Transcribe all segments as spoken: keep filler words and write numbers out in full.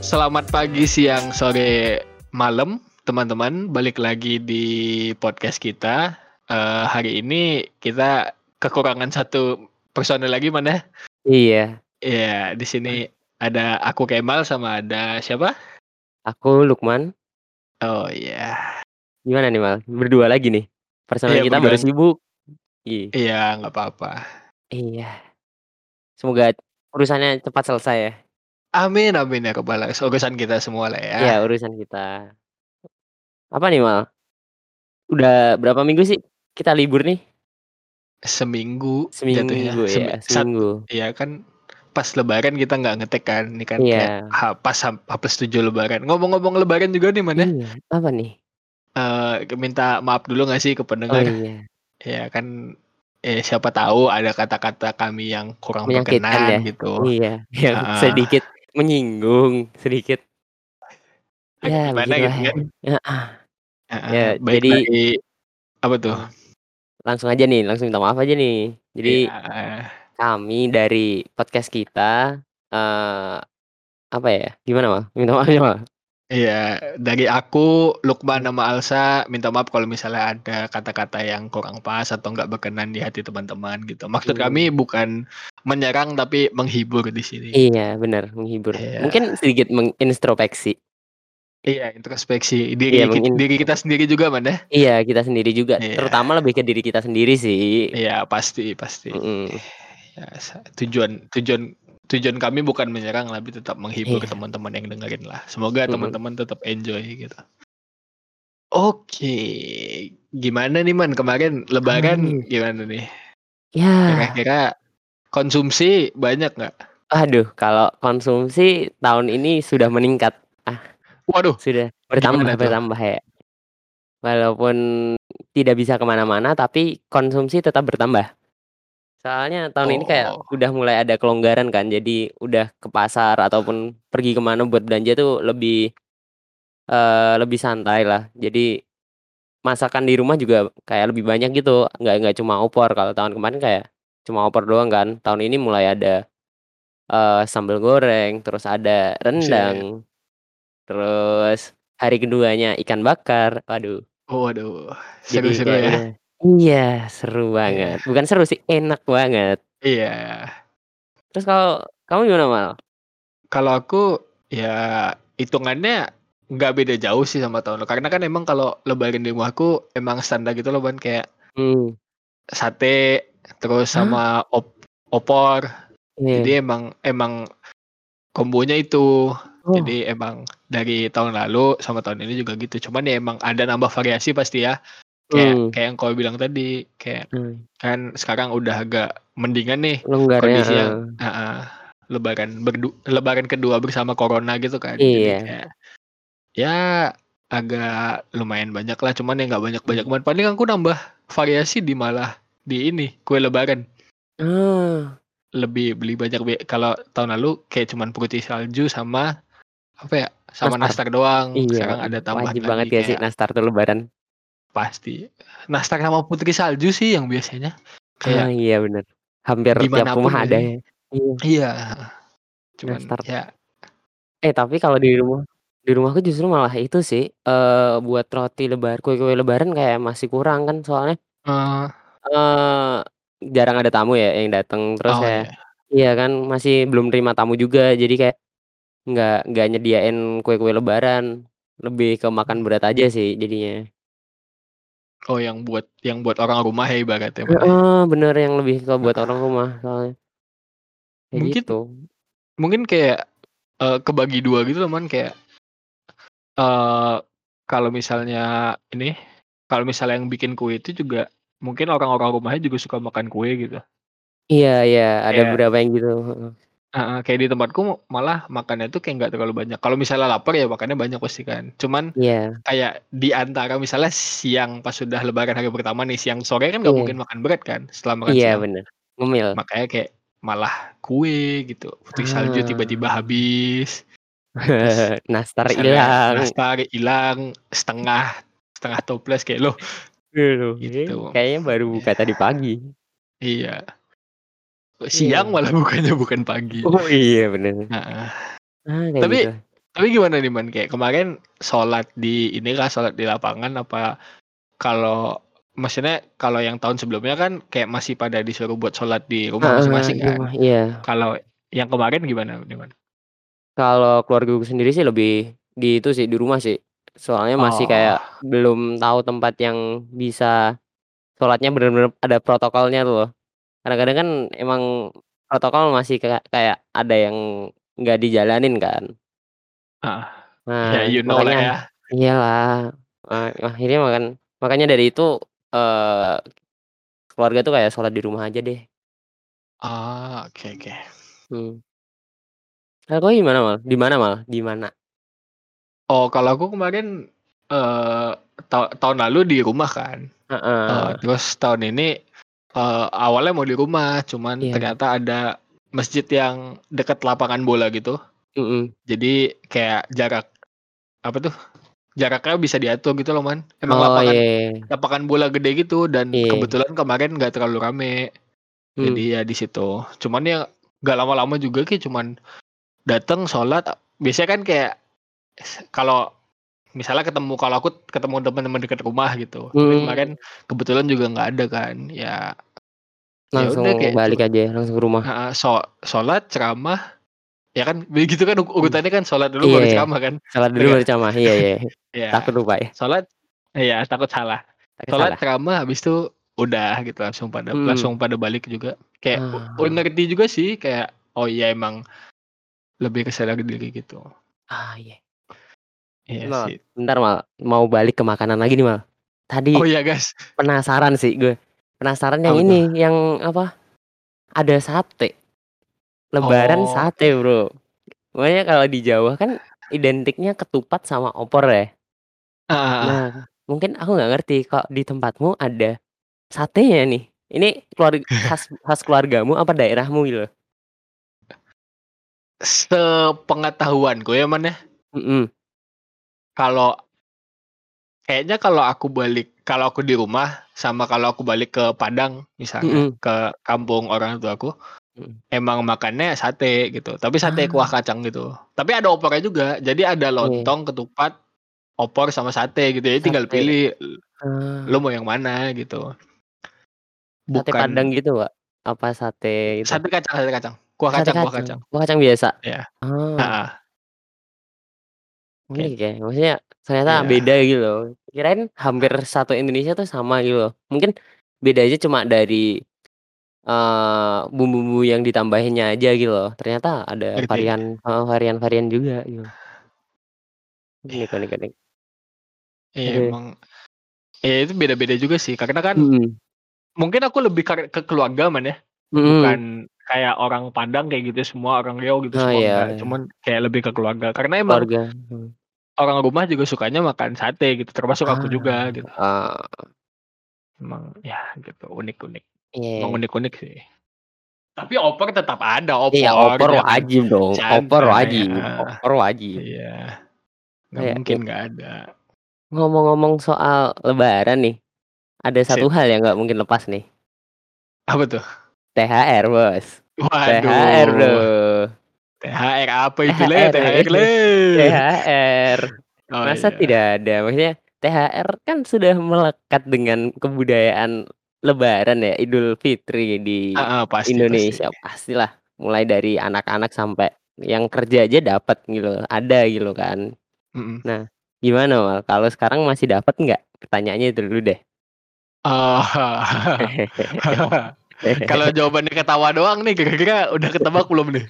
Selamat pagi, siang, sore, malam, teman-teman. Balik lagi di podcast kita. Eh, hari ini kita kekurangan satu personel lagi, mana? Iya. Iya, di sini ada aku Kemal sama ada siapa? Aku Lukman. Oh iya. Gimana nih Mal? Berdua lagi nih. Personel Iya kita baru berdua. sibuk. Ih. Iya, nggak apa-apa. Iya. Semoga urusannya cepat selesai ya. Amin, amin ya rabbal alamin. Urusan kita semua lah ya. Iya, urusan kita. Apa nih Mal? Udah berapa minggu sih kita libur nih? Seminggu jatuhnya. Seminggu Semi- ya, sat, seminggu. iya kan pas lebaran kita nggak ngetek kan. Ini kan kayak Iya. ha, pas H plus tujuh lebaran. Ngomong-ngomong lebaran juga nih, mana? Iya, apa nih? Eh minta maaf dulu nggak sih ke Oh pendengar? iya. Ya kan, eh siapa tahu ada kata-kata kami yang kurang Menyakitkan ya. berkenan gitu. Iya, yang Heeh. sedikit menyinggung, sedikit. Agak Ya, gimana begitulah gitu ya. kan? Heeh. Heeh. Ya, Baik jadi dari apa tuh? Hmm. Langsung aja nih, langsung minta maaf aja nih. Jadi Iya. kami dari podcast kita, eee, apa ya, gimana Mal? Minta maafnya Mal? Iya, dari aku, Lukman Mmm. sama Alsa, minta maaf kalau misalnya ada kata-kata yang kurang pas atau nggak berkenan di hati teman-teman gitu. Maksud kami Mmm. bukan menyerang tapi menghibur di sini. Iya, benar, menghibur. Iya. Mungkin sedikit mengintrospeksi. Iya, introspeksi Iya, diri kit diri kita mengintrospeksi. sendiri juga, Man, ya. Iya, kita sendiri juga, Iya. terutama lebih ke diri kita sendiri sih. Iya, pasti pasti. Mhm. Ya, sa tujuan tujuan tujuan kami bukan menyerang, tapi tetap menghibur Iya. teman-teman yang dengerin lah. Semoga Mhm. teman-teman tetap enjoy gitu. Oke, gimana nih Man kemarin Aman lebaran nih. gimana nih? Ya. Kira-kira konsumsi banyak nggak? Aduh, kalau konsumsi tahun ini sudah meningkat. Ah, Waduh, sudah gimana bertambah tuh? bertambah ya. Walaupun tidak bisa ke mana-mana, tapi konsumsi tetap bertambah. Soalnya tahun ini kayak Oh. udah mulai ada kelonggaran kan, jadi udah ke pasar ataupun pergi ke mana buat belanja tuh lebih, eee, lebih santai lah. Jadi masakan di rumah juga kayak lebih banyak gitu, nggak nggak cuma opor. Kalau tahun kemarin kayak cuma opor doang kan. Tahun ini mulai ada, eee, sambal goreng, terus ada Buset. rendang, terus hari keduanya ikan bakar. Waduh, Waduh, jadi seru-seru kayak ya. udah iya, seru Iya. banget. Bukan seru sih, enak banget. Iya. Terus kalau kamu gimana, Mal? Kalau aku, ya hitungannya nggak beda jauh sih sama tahun lalu. Karena kan emang kalau lebaran di rumahku emang standar gitu loh, Ban, kayak Mmm. sate, terus Hah? sama op opor. Iya. Jadi emang emang kombonya itu. Oh. Jadi emang dari tahun lalu sama tahun ini juga gitu. Cuman ya emang ada nambah variasi pasti ya. Kayak Mmm. kayak yang kau bilang tadi, kayak Mmm. kan sekarang udah agak mendingan nih Longgar ya, kondisinya, heeh. heeh, lebaran berdu lebaran kedua bersama corona gitu kan. Jadi Iya. kayak ya agak lumayan banyak lah, cuman ya nggak banyak-banyak Mmm. banget. Paling aku nambah variasi di malah di ini, kue lebaran. Oh. Lebih beli banyak be kalau tahun lalu kayak cuman putih salju sama apa ya, sama Nastar? nastar doang. Iya, Sekarang waduh, ada tambahan wajib banget lagi gak sih kayak nastar tuh lebaran? pasti. Nastar sama putri salju sih yang biasanya Ah, kayak iya bener. Hampir di tiap mana pun rumah ada biasanya. ya. Iya, Iya, heeh. Cuman nastar. ya Eh, tapi kalau di rumah di rumahku justru malah itu sih, eee, buat roti lebar kue-kue lebaran kayak masih kurang kan soalnya, eee, eee, jarang ada tamu ya yang dateng, terus oh kayak iya. iya kan, masih belum nerima tamu juga, jadi kayak nggak nggak nyediain kue-kue lebaran, lebih ke makan berat aja sih jadinya. Oh yang buat yang buat orang rumah ya ibaratnya Bang, ya? Heeh, bener, yang lebih ke buat orang Heeh. rumah soalnya, kayak Mungkin gitu. mungkin kayak, eee, kebagi dua gitu loh Man, kayak, eee, kalau misalnya ini, kalau misalnya yang bikin kue itu juga mungkin orang-orang rumahnya juga suka makan kue gitu. Iya iya, ada Kayak beberapa yang gitu, heeh. heeh, kayak di tempatku malah makannya tuh kayak nggak terlalu banyak. Kalau misalnya lapar ya makannya banyak pasti kan. Cuman Iya kayak di antara misalnya siang pas sudah lebaran hari pertama nih, siang sore kan nggak mungkin iya makan berat kan setelah makan iya siang. bener, ngemil. Makanya kayak malah kue gitu, putri salju tiba-tiba Ah. habis, terus Nastar misalnya ilang. nastar hilang setengah setengah toples kayak, "Loh," Aduh, ini gitu. kayaknya baru buka Iya tadi pagi. iya, siang Iya. malah bukanya bukan pagi. Oh iya bener. Heeh. Ah, kayak Tapi gitu. Tapi gimana nih Man, kayak kemarin sholat di ini kah, sholat di lapangan apa kalau maksudnya kalau yang tahun sebelumnya kan kayak masih pada disuruh buat sholat di rumah Heeh, masing-masing di kan? rumah, iya. Kalau yang kemarin gimana nih Man? Kalau keluargaku sendiri sih lebih di itu sih, di rumah sih. Soalnya masih Oh, kayak belum tahu tempat yang bisa sholatnya bener-bener ada protokolnya tuh loh. Kadang-kadang kan emang protokol masih kayak kayak ada yang nggak dijalanin kan. ah, ya Nah, you know lah makanya ya. iyalah, eee, akhirnya makan makanya dari itu, eee, keluarga tuh kayak sholat di rumah aja deh. Ah, oke oke. Hmm. Kalau Kakak gimana Mal? Di mana Mal? Di mana? Oh, kalau aku kemarin eh ta- tahun lalu di rumah kan. Eh, Heeh, terus tahun ini eh, awalnya mau di rumah, cuman iya, ternyata ada masjid yang dekat lapangan bola gitu. mhm. Jadi kayak jarak apa tuh? Jaraknya bisa diatur gitu loh man. Emang Oh, iya lapangan iya iya. lapangan bola gede gitu dan Iya. kebetulan kemarin nggak terlalu rame. Mmm, Jadi ya di situ. Cuman ya nggak lama-lama juga kayak cuman datang sholat. Biasanya kan kayak kalau misalnya ketemu kalau aku ketemu teman-teman dekat rumah gitu. Tapi mhm, kemarin kebetulan juga nggak ada kan. Ya ya langsung udah kayak balik cuma aja, langsung ke rumah. heeh, so, sholat ceramah ya kan begitu kan Mmm, urutannya kan sholat dulu iya baru iya. ceramah kan. Salat Bener dulu nggak? baru ceramah, iya iya. Ya Takut lupa ya, sholat ya takut salah. takut Sholat salah. ceramah habis itu udah gitu langsung pada langsung Mhm. pada balik juga. Kayak u- u- Ah, ngerti juga sih kayak oh iya emang lebih ke sadar diri gitu. ah, iya. Iya Mal, sih. bentar Mal, mau balik ke makanan lagi nih Mal. Oh Tadi iya guys. penasaran sih gue, penasaran yang Apa tuh? ini, yang apa, ada sate, lebaran Oh, sate Bro. Makanya kalau di Jawa kan identiknya ketupat sama opor ya. ah, Nah, mungkin aku nggak ngerti kalau di tempatmu ada satenya nih. Ini keluarg khas khas keluargamu apa daerahmu gitu loh? sepengetahuanku ya man ya. Mhm, Kalau kayaknya kalau aku balik kalau aku di rumah sama kalau aku balik ke Padang misalnya mhm, ke kampung orang tua aku mhm. emang makannya sate gitu. Tapi sate kuah Ah, kacang gitu. Tapi ada opornya juga. Jadi ada iya, lontong, ketupat, opor sama sate gitu. Jadi tinggal sate, pilih lo ah, mau yang mana gitu. sate Padang Bukan gitu, Kak? Apa sate itu? sate kacang, sate kacang. Kuah Sate kacang, kuah kacang? kacang. Oh, kacang biasa? Iya. Oh, Heeh, kayak unik ya, maksudnya ternyata iya. beda gitu loh. Kirain hampir satu Indonesia tuh sama gitu loh. Mungkin bedanya cuma dari, eee, bumbu-bumbu yang ditambahinnya aja gitu loh. Ternyata ada Ngerti. varian heeh, varian-varian juga gitu. Unik Iya. unik unik. Iya Aduh, emang ya itu beda-beda juga sih. Karena kan mhm, mungkin aku lebih ke, ke keluarga man ya. mhm. Bukan kayak orang Padang kayak gitu semua, orang Riau gitu Oh, semua iya enggak. iya, Cuman kayak lebih ke keluarga. Karena emang keluarga, mhm. orang rumah juga sukanya makan sate gitu, termasuk aku juga Ah, gitu. oh, Emang ya gitu, unik-unik. iya Emang iya. unik-unik sih. Tapi opor tetap ada, Iya, opor, opor jangan wajib dong, opor santai. wajib Heeh. opor wajib. Iya, nggak Kayak mungkin i nggak ada. ngomong-ngomong soal lebaran nih, ada satu Sip. hal yang nggak mungkin lepas nih, Apa tuh? T H R Bos, T H R Waduh, loh, T H R apa itu le? THR T H R le? T H R. Oh Masa iya. tidak ada? Maksudnya T H R kan sudah melekat dengan kebudayaan lebaran ya, Idul Fitri di Heeh, pasti pasti. Indonesia, pastilah. Mulai dari anak-anak sampai yang kerja aja dapat gitu loh, ada gitu kan. Mhm. Nah, gimana Mal, kalau sekarang masih dapat nggak? Pertanyaannya itu dulu deh. Oh. Kalau jawabannya ketawa doang nih, kira-kira udah ketebak belum nih?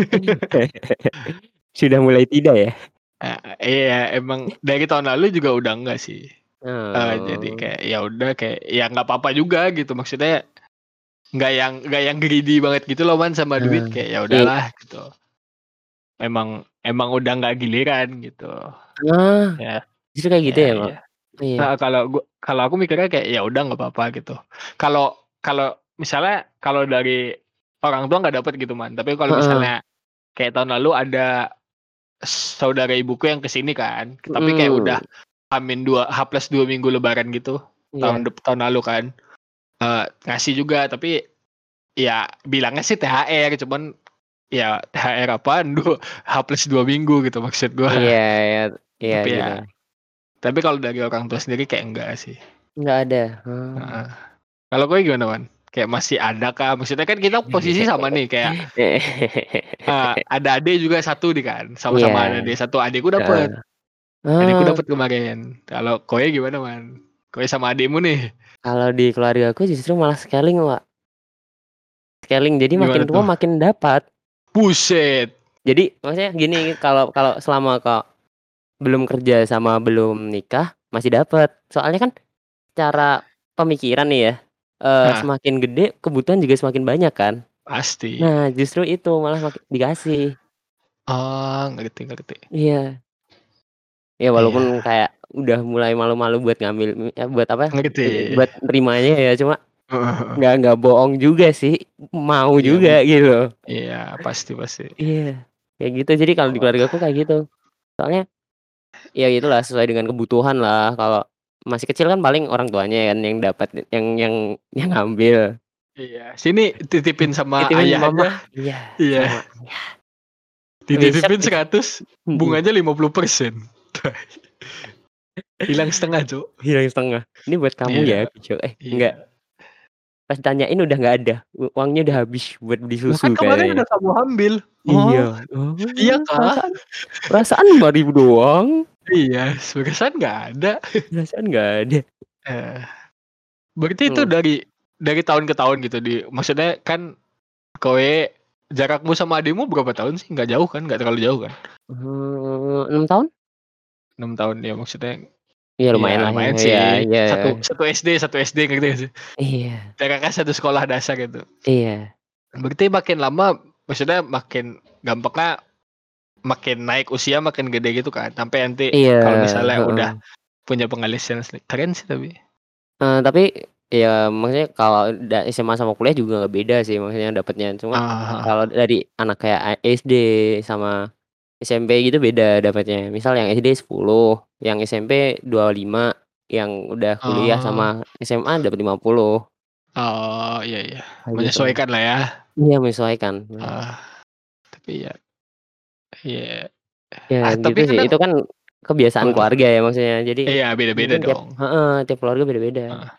Sudah mulai tidak ya? Eee, iya, emang dari tahun lalu juga udah enggak sih. Eee, jadi Oh, kayak ya udah kayak ya nggak apa-apa juga gitu, maksudnya nggak yang nggak yang greedy banget gitu loh Man sama duit, nah, kayak ya iya. udahlah gitu. Emang emang udah nggak giliran gitu. Ah, Ya justru kayak gitu ya ya, Mal? ya. Oh, iya. Heeh, kalau gua kalau aku mikirnya kayak ya udah nggak apa-apa gitu. Kalau kalau misalnya kalau dari orang tua nggak dapet gitu Man, tapi kalau Heeh, misalnya kayak tahun lalu ada saudara ibuku yang ke sini kan, tapi kayak udah mhm, H-min dua H plus dua minggu lebaran gitu, tahun iya. dep tahun lalu kan, eee, ngasih juga tapi ya bilangnya sih T H R cuman ya T-H-R apaan du H plus dua minggu gitu maksud gua. Iya iya iya Tapi gitu. ya tapi kalau dari orang tua sendiri kayak enggak sih. Nggak ada, oh. Heeh. Kalau kowe gimana, Wan? Kayak masih ada kah? Maksudnya kan kita posisi sama nih kayak eee, ada adik juga satu nih kan, Iya, sama-sama ada adik satu, adikku heeh. dapet. Adikku Oh. dapet kemarin. Kalau kowe gimana, Wan? Kowe sama adikmu nih? Kalau di keluargaku justru malah scaling, Wak. Scaling, jadi Gimana makin tua tuh? makin dapat. Buset. Jadi maksudnya gini, kalau kalau selama ka belum kerja sama belum nikah, masih dapet. Soalnya kan cara pemikiran nih ya, eee, Hah. semakin gede kebutuhan juga semakin banyak kan. Pasti. Nah, justru itu malah maki dikasih. Oh, ngerti ngerti. Iya. Ya walaupun Iya. kayak udah mulai malu-malu buat ngambil mi eee, buat apa, eee, Ngerti. buat nerimanya ya, cuma Heeh heeh. nggak nggak bohong juga sih, mau Iya mung juga gitu. iya, pasti pasti. Iya, kayak gitu. Jadi kalau di Oh. keluargaku kayak gitu. Soalnya, ya itulah sesuai dengan kebutuhan lah. Kalau masih kecil kan paling orang tuanya kan yang dapat, yang yang yang ngambil. Iya, sini titipin sama Titipin ayah mama, aja. iya, Iya. sama ayah. Bisa Dititipin sih. seratus, Mhm. bunganya lima puluh persen. Hilang setengah, Cuk. Hilang setengah. "Ini buat kamu ya," Iya. gitu, eh Iya. enggak. Pas ditanyain udah nggak ada, u uangnya udah habis buat beli Lah kan susu kemarin katanya. udah kamu ambil. Iya, Oh, iya oh kah? perasaan perasaan lima ribu doang. Iya, perasaan nggak ada. Perasaan nggak ada. Eh, berarti itu Hmm. dari dari tahun ke tahun gitu di maksudnya kan kowe jarakmu sama adikmu berapa tahun sih? Nggak jauh kan? Nggak terlalu jauh kan? Eee, enam tahun? enam tahun ya maksudnya, Ya lumayan ya lah ya, lumayan iya sih. iya. Satu satu S D satu S D ngerti nggak sih? Iya. Jaraknya satu sekolah dasar gitu. Iya. Berarti makin lama maksudnya makin gampangnya makin naik usia makin gede gitu kan, sampai nanti Iya, kalau misalnya udah heeh. punya penghasilan sendiri keren sih tapi. Eee, tapi ya maksudnya kalau da S M A sama kuliah juga nggak beda sih maksudnya dapatnya. Cuma Ah, heeh. kalau dari anak kayak a S D sama S M P gitu beda dapatnya. Misal yang S D sepuluh, yang S M P dua puluh lima, yang udah kuliah Oh. sama S M A dapat lima puluh. Oh, iya iya. Kayak gitu. Menyesuaikan lah ya. Iya menyesuaikan, bener. Ah, tapi ya iya. Ya Ah, gitu tapi sih, kadang itu kan kebiasaan apa tuh? keluarga ya maksudnya. Jadi Iya, beda-beda mungkin tiap dong. heeh, tiap keluarga beda-beda. Heeh.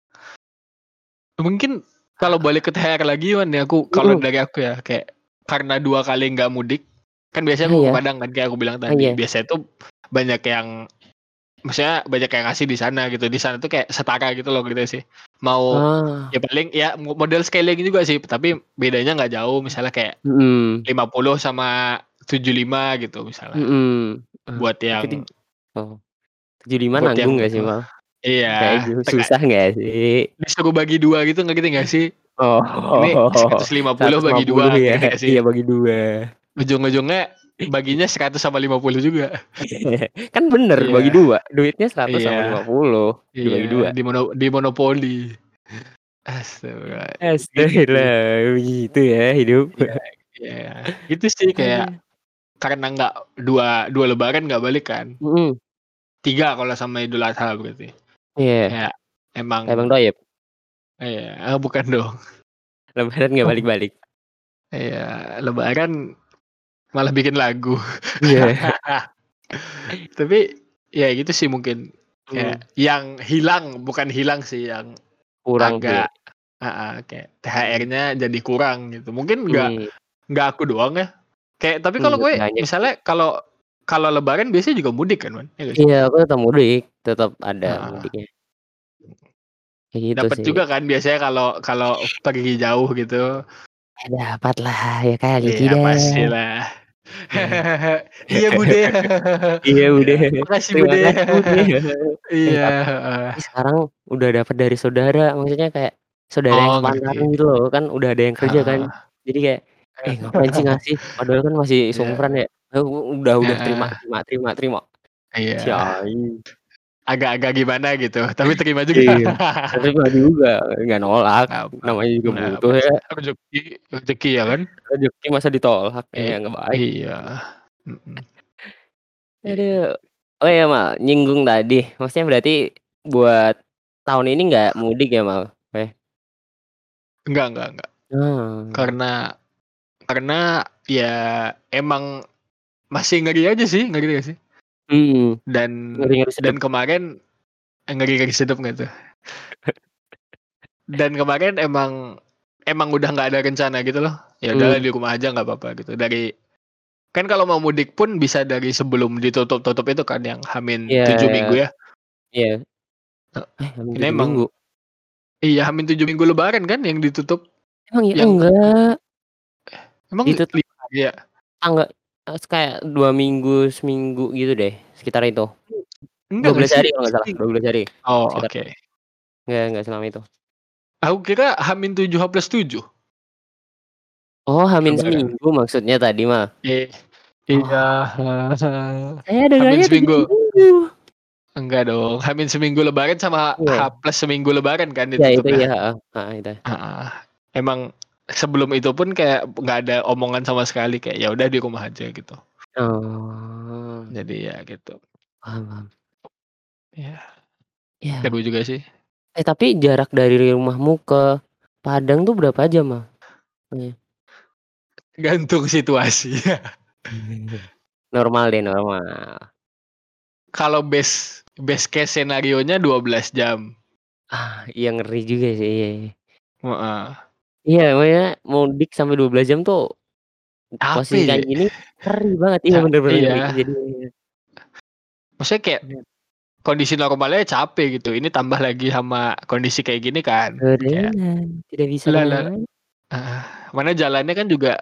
Mungkin kalau balik ke T-H-R lagi Wan ya, aku kalau Mhm. dari aku ya, kayak karena dua kali nggak mudik, kan biasanya Ah, aku ke iya. Padang kan kayak aku bilang Ah, tadi. iya. Biasanya tuh banyak yang maksudnya banyak yang ngasih di sana gitu. Di sana tuh kayak setara gitu loh gitu sih. Mau Ah. ya paling ya mo model scaling juga sih, tapi bedanya nggak jauh misalnya kayak Mhm. lima puluh sama tujuh puluh lima gitu misalnya. Mhm. Ah, Buat itu di yang oh, tujuh puluh lima buat nanggung yang nggak sih, apa Mal? Kayak iya, gitu teka susah nggak sih? disuruh bagi dua gitu ngerti nggak sih? Ini Oh, seratus lima puluh seratus lima bagi puluh dua ya? ngerti nggak sih? Iya bagi dua. Ujung-ujungnya baginya seratus sama lima puluh juga. Kan bener bagi Iya. dua, duitnya seratus Iya. sama lima puluh Iya, dibagi dua. di mono di monopoli. Astaga, gitu sih. Astaga, begitu ya hidup. Iya iya. Itu sih kayak Aduh. karena nggak dua dua lebaran nggak balik kan. Mhm. tiga kalau sama Idul Adha berarti. Iya. Kayak Kayak Bang emang Thoyib? iya, ah, bukan dong. Lebaran nggak balik-balik? Iya, lebaran malah bikin lagu. Iya. Tapi ya gitu sih mungkin, Mmm. kayak yang hilang, bukan hilang sih yang Kurang sih. agak heeh, kayak Mhm. T-H-R-nya jadi kurang gitu. Mungkin nggak Mmm. nggak aku doang ya. Kayak tapi kalau Mmm, kowe banyak sih. misalnya kalau kalau lebaran biasanya juga mudik kan, Wan? Iya nggak sih? Iya, aku tetap mudik, tetap ada Heeh. mudiknya. Kayak gitu Dapet sih. juga kan biasanya kalau kalau pergi jauh gitu? Ya dapatlah, ya kali Iya tidak. pastilah. Iya. Iya, Bude. Iya, Bude. Makasih, Terima Bude. kasih, Bude. Eh, Iya, tapi heeh. tapi sekarang udah dapat dari saudara, maksudnya kayak saudara yang Oh, sepantaran ngerti. gitu loh, kan udah ada yang kerja kan. Heeh. Jadi kayak, "Eh, ngapain sih ngasih? Padahal kan masih seumuran Iya. ya." "Eh, u udah udah terima Heeh. terima terima terima." Si Iya. anjing. Agak-agak gimana gitu, tapi terima juga. Iya, terima juga, nggak nolak, Nggak apa, namanya juga nah butuh ya. pasti rezeki rezeki ya kan? Rezeki masa ditolak, I kayaknya nggak baik. iya, mhm. Iya. Aduh. Oh ya, Mal, nyinggung tadi, maksudnya berarti buat tahun ini nggak mudik ya, Mal? Eh. Enggak enggak enggak. Oh. Karena Karena ya emang masih ngeri aja sih, ngeri nggak sih? Mhm, Dan ngeri-ngeri sedep. dan kemarin eh, ngeri-ngeri sedep nggak tuh? Dan kemarin emang emang udah nggak ada rencana gitu loh. Ya udahlah Mmm. di rumah aja nggak apa-apa gitu. Dari kan kalau mau mudik pun bisa dari sebelum ditutup-tutup itu kan yang H min Iya, tujuh minggu ya. iya. Eee, Eh, H min ini tujuh emang minggu? iya H min tujuh minggu lebaran kan yang ditutup? Emang ya? Yang Enggak. emang Ditutup lima hari ya? tangga eee, kayak dua minggu, seminggu gitu deh, sekitar itu. Enggak dua nggak belas sih? hari kalau nggak salah, dua belas hari, Oh, sekitar oke. enggak enggak selama itu. Aku kira H min tujuh H plus tujuh. Oh, H min Lebaran. seminggu maksudnya tadi mah? Eh, iya, Oh. heeh. Saya H min dengarnya tujuh seminggu. minggu. Enggak dong, H min seminggu lebaran sama H Iya. plus seminggu lebaran kan Iya itu ditutupnya. iya, heeh, heeh, itu. Heeh. Emang sebelum itu pun kayak nggak ada omongan sama sekali kayak ya udah di rumah aja gitu. Oh. Jadi ya gitu. Paham paham. Iya. Iya. Seru juga sih. Eh, tapi jarak dari rumahmu ke Padang tuh berapa jam, Mas? Iya. Tergantung situasi. Normal deh, normal. Kalau best best case scenarionya dua belas jam. Ah, iya ngeri juga sih, iya iya. Heeh. Iya, makanya mudik sampai dua belas jam tuh posisi kayak Capek. gini ngeri banget. Iya Ca bener bener ngeri. iya. Jadi iya. Maksudnya kayak Bener. kondisi normalnya capek gitu. Ini tambah lagi sama kondisi kayak gini kan. Kayak Gorengan, tidak bisa lah lah kemana-mana. heeh. Mana jalannya kan juga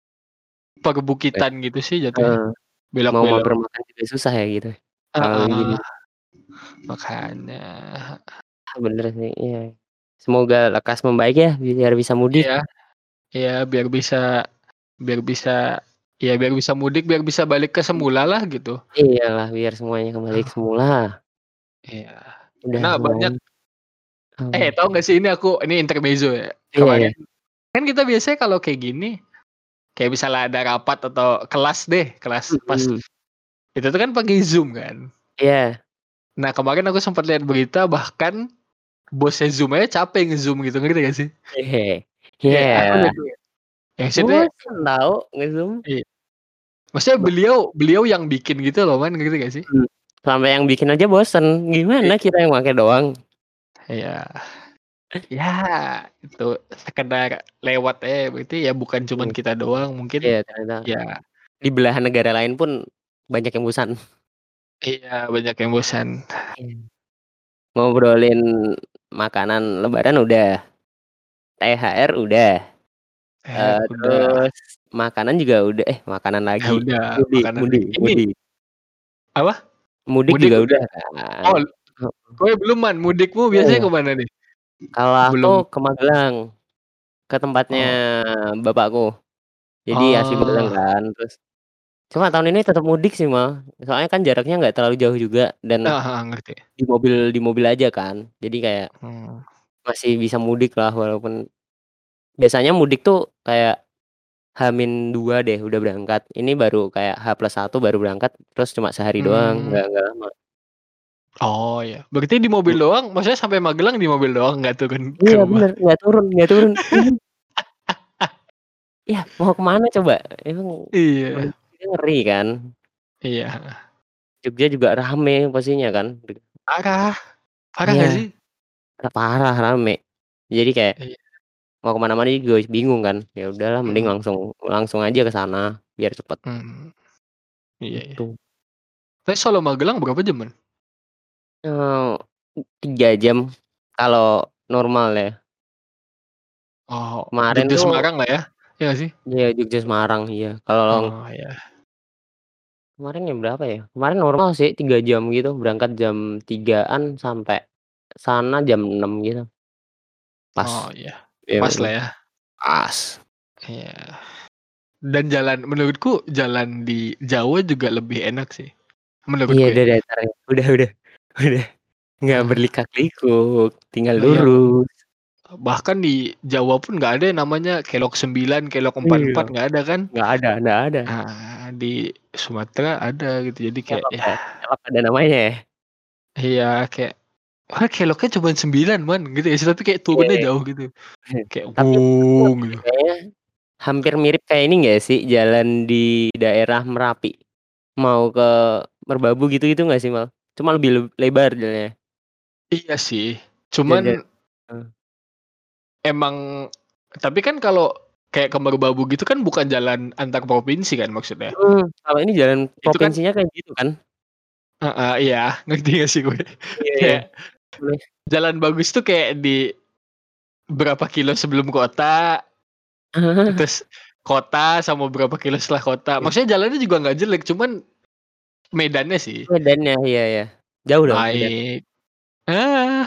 Eh, perbukitan gitu sih jatuhnya. heeh, mau Belok-belok. mampir makan juga susah ya gitu, kalau lagi gini. Heeh. Makanya. Ah, bener sih, iya. Semoga lekas membaik ya, biar bisa mudik. Iya. Iya, biar bisa biar bisa ya biar bisa mudik, biar bisa balik ke semula lah gitu. Iyalah, biar semuanya kembali ke semula. Iya. Udah Karena banyak semuanya eh mmm. tahu nggak sih ini aku ini intermezzo ya. Iya iya. Kemarin kan kita biasanya kalau kayak gini, kayak misalnya ada rapat atau kelas deh, kelas pas Mhm. itu tuh kan pakai Zoom kan. Iya. Nah, kemarin aku sempat lihat berita bahkan bosnya Zoom aja capek nge-Zoom gitu, ngerti nggak sih? Kayak aku Iya. lihat tuh ya, ya maksudnya Bosen tahu nge-Zoom. iya. Maksudnya Ba beliau beliau yang bikin gitu loh Man, ngerti nggak sih? Mmm, sampai yang bikin aja bosen, I gimana kita yang make doang? Iya. Ya, itu sekedar lewat aja berarti ya bukan cuman Mmm. kita doang mungkin Iya ternyata ya di belahan negara lain pun banyak yang bosan. iya, banyak yang bosan. Iya. Ngobrolin makanan lebaran udah, T H R udah, T H R eee, udah. terus makanan juga udah eh, makanan Ya lagi, udah, mudik makanan mudik lagi. Ini mudik. apa? Mudik Mudik juga udah? udah kan, Oh, heeh. kowe belum Man, mudikmu Oh biasanya iya. ke mana nih? Kalau aku Belum ke Magelang, ke tempatnya Oh. bapakku. Jadi asli Magelang Oh. kan, terus cuma tahun ini tetap mudik sih, Mas, soalnya kan jaraknya nggak terlalu jauh juga dan Heeh heeh, ngerti. di mobil di mobil aja kan, jadi kayak Hmm. masih bisa mudik lah walaupun biasanya mudik tuh kayak H min dua deh udah berangkat, ini baru kayak H plus satu baru berangkat, terus cuma sehari doang, Mmm. nggak nggak lama. Oh ya, berarti di mobil Mhm. doang, maksudnya sampai Magelang di mobil doang, nggak turun ke Iya rumah? bener, nggak turun nggak turun, mhm. Iya, mau ke mana coba? Emang Iya. ngeri kan. Iya, heeh. Jogja juga rame pastinya kan. Parah, parah Iya, nggak sih? eee, parah rame. Jadi kayak Iya. mau ke mana-mana juga bingung kan, ya udahlah mending Mhm. langsung langsung aja ke sana biar cepet. Mmm. Iya iya. Gitu. Tapi Solo Magelang berapa jam, Man? Eee, tiga jam kalau normal ya. Oh, Kemarin Jogja tuh Semarang lah ya, iya nggak sih? iya Jogja Semarang, iya. Kalau Oh, iya. kemarin jam berapa ya? Kemarin normal sih tiga jam gitu, berangkat jam tigaan sampai sana jam enam gitu. Oh Pas, iya, iya pas lah bener, ya. pas. Iya. Dan jalan menurutku jalan di Jawa juga lebih enak sih, Iya menurutku ya. udah datar ya, udah udah udah nggak Heeh. berlikak-likuk, tinggal Nah yang lurus. bahkan di Jawa pun nggak ada yang namanya kelok sembilan, kelok empat Iya, empat nggak ada kan? nggak ada nggak ada. Nah, di Sumatera ada gitu, jadi kayak Kelok ya ya, kelok ada namanya ya? iya kayak, "Wah keloknya cuman sembilan Man," gitu ya, tapi kayak Iya turunnya iya. jauh gitu, kayak Tapi gitu. kayaknya hampir mirip kayak ini nggak sih, jalan di daerah Merapi, mau ke Merbabu gitu-gitu nggak sih, Mal? Cuma lebih leb lebar jalannya. Iya sih, Dan dan cuman eee, emang tapi kan kalau kayak ke Merbabu gitu kan bukan jalan antar provinsi kan maksudnya? mhm, kalau ini jalan Itu kan provinsinya kayak gitu kan? heeh, iya, ngerti nggak sih gue? Iya iya, Kayak boleh. jalan bagus tuh kayak di berapa kilo sebelum kota, terus kota sama berapa kilo setelah kota. Iya, Maksudnya jalannya juga nggak jelek, cuman medannya sih medannya, iya iya. Jauh dong Medan. baik. Ah,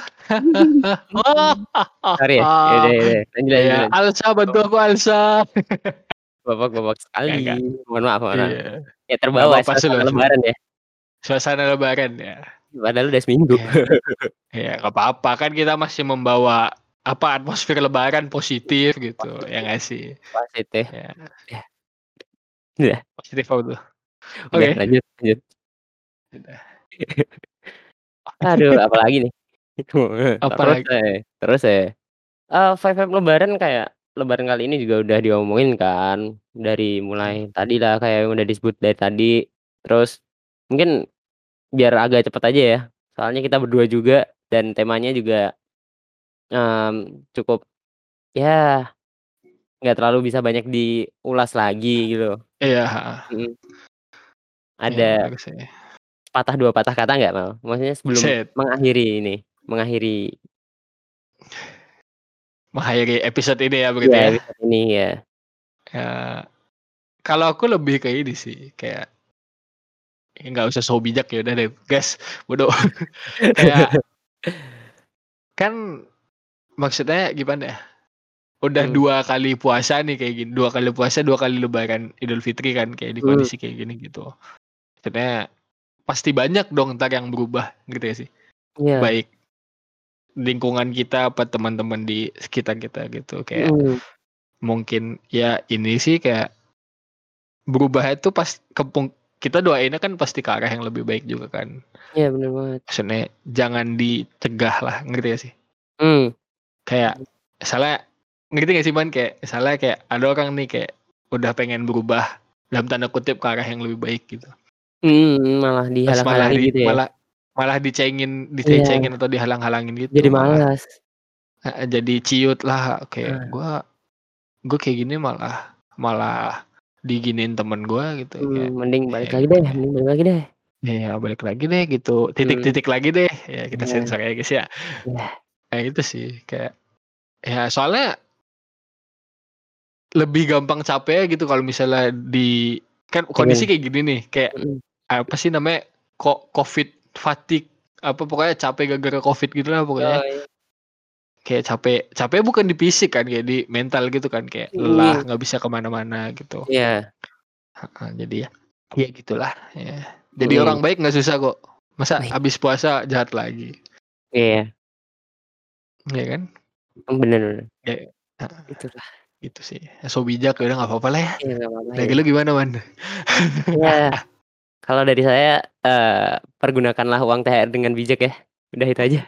Sorry ya, ya udah ya udah, lanjut lanjut Iya, lanjut. Alsa bantu aku Alsa. Bapak-bapak Nggak sekali, nggak, mohon maaf mohon maaf. iya, Ya nggak terbawa apa-apa suasana slow slow. lebaran ya, Suasana lebaran ya. padahal udah seminggu. Iya, iya nggak apa-apa kan kita masih membawa apa atmosfer lebaran positif gitu, ya Positif nggak sih? positif. Ya, Ya, udah positif apa tuh? udah Oke, lanjut lanjut. udah. Aduh apalagi nih? Terus Apalagi eh, terus eh, eee, vibe-vibe lebaran kayak lebaran kali ini juga udah diomongin kan, dari mulai tadi lah kayak yang udah disebut dari tadi, terus mungkin biar agak cepet aja ya, soalnya kita berdua juga dan temanya juga, mmm, cukup ya nggak terlalu bisa banyak diulas lagi gitu, iya, heeh. mhm. Iya Ada bener sih. sepatah dua patah kata nggak, Mal? Maksudnya sebelum Buset, mengakhiri ini, mengakhiri mengakhiri episode ini ya iya begitu ya? episode ini ya. Ya, kalau aku lebih ke ini sih, kayak ya nggak usah so bijak ya udah deh gas, bodoh. Kayak kan maksudnya gimana ya, udah Mmm, dua kali puasa nih kayak gini, dua kali puasa, dua kali lebaran Idul Fitri kan kayak di mhm, kondisi kayak gini gitu. Maksudnya pasti banyak dong entar yang berubah gitu ya sih. iya, Baik lingkungan kita apa teman-teman di sekitar kita gitu. Kayak mhm, mungkin ya ini sih kayak berubah itu pas kepung kita doainnya kan pasti ke arah yang lebih baik juga kan. iya bener banget, Maksudnya jangan dicegah lah, ngerti gak sih? mmm, Kayak misalnya ngerti gak sih Man kayak misalnya kayak ada orang nih kayak udah pengen berubah dalam tanda kutip ke arah yang lebih baik gitu. mhm, malah Terus malah dihalang-halangi di gitu ya? malah malah dicengin Iya, diceng-cengin atau dihalang-halangin gitu jadi malah malas, heeh, jadi ciut lah kayak nah, gua gua kayak gini malah malah diginiin temen gua gitu mmm, kayak mending ya balik lagi deh gimana ya. mending balik lagi deh, Ya balik lagi deh gitu, mmm, titik-titik lagi deh, ya kita iya sensor ya guys ya. iya, Kayak itu sih kayak ya soalnya lebih gampang capek gitu kalau misalnya di kan kondisi pengen kayak gini nih, kayak mhm, apa sih namanya, kok Covid fatigue, apa pokoknya capek gara-gara Covid gitulah pokoknya. oh iya, Kayak capek capek bukan di fisik kan, kayak di mental gitu kan, kayak lelah, mhm, nggak bisa ke mana-mana gitu. iya, Heeh, jadi ya ya gitulah, ya. Jadi mhm, orang baik nggak susah kok. Masa wih, habis puasa jahat lagi, iya, ya kan? mmm, bener bener, Ya heeh, itulah, gitu sih. So bijak ya udah nggak apa-apa lah ya. iya nggak apa-apa Dari ya, lu gimana, Man? iya. Kalau dari saya, eee, pergunakanlah uang T H R dengan bijak ya, udah itu aja.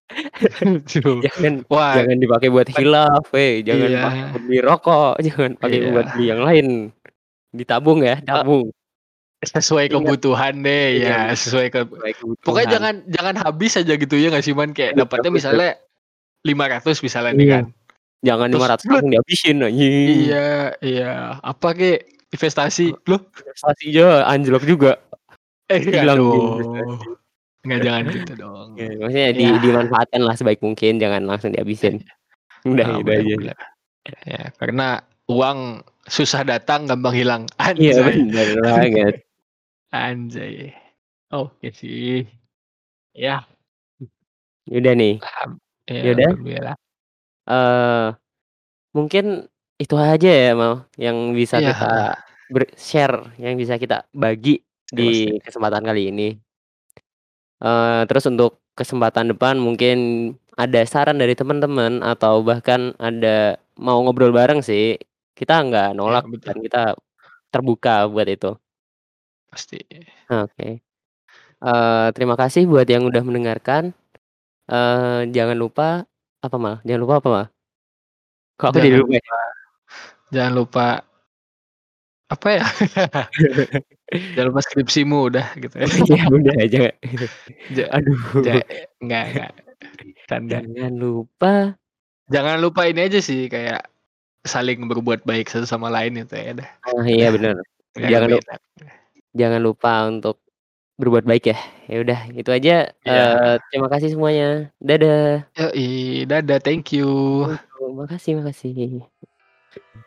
Aduh. Jangan Wah, jangan dipakai buat kan khilaf, weh, jangan iya pakai buat beli rokok, jangan pakai buat iya, beli yang lain, ditabung ya, eee, tabung. sesuai Ingat kebutuhan deh, iya ya bener, sesuai ke sesuai pokoknya kebutuhan. jangan jangan habis aja gitu ya nggak sih, Man? Kayak Betul dapatnya betul. misalnya lima ratus misalnya nih Iya, kan, jangan lima terus ratus langsung dihabisin anjing. iya iya, apa kek, investasi, Heeh, loh? investasi aja anjlok juga, Eh, hilang di aduh, investasi. nggak jangan gitu dong. Iya, maksudnya di Ya, dimanfaatkanlah sebaik mungkin, jangan langsung dihabisin. Udah heeh, itu bener aja sih. bener. Ya, karena uang susah datang gampang hilang, Iya anjay. bener banget. Anjay. Oke sih. Ya, Ya udah nih, paham. Ya, ya udah, alhamdulillah. eee, mungkin itu aja ya, Mal, yang bisa Iya, kita heeh, ber-share, yang bisa kita bagi pasti di pasti. kesempatan kali ini. Eee, terus untuk kesempatan depan mungkin ada saran dari teman-teman atau bahkan ada mau ngobrol bareng sih, kita nggak Ya, nolak betul. dan kita terbuka buat itu. Pasti. Oke, eee, terima kasih buat yang udah mendengarkan, eee, jangan lupa apa, Mal? Jangan lupa apa, Mal? Kok aku jadi Jangan lupa ya? Jangan lupa apa ya? Jangan lupa skripsimu udah gitu ya. Oh iya udah aja. Ja Aduh. ja enggak enggak, canda. Jangan lupa Jangan lupa ini aja sih, kayak saling berbuat baik satu sama lain itu ya udah. Oh iya Udah, bener. biar Jangan lebih lu enak. jangan lupa untuk berbuat baik ya. Ya udah itu aja, eee, Iya. terima kasih semuanya. Dadah. Yoi, dadah, thank you. Thank you, makasih makasih.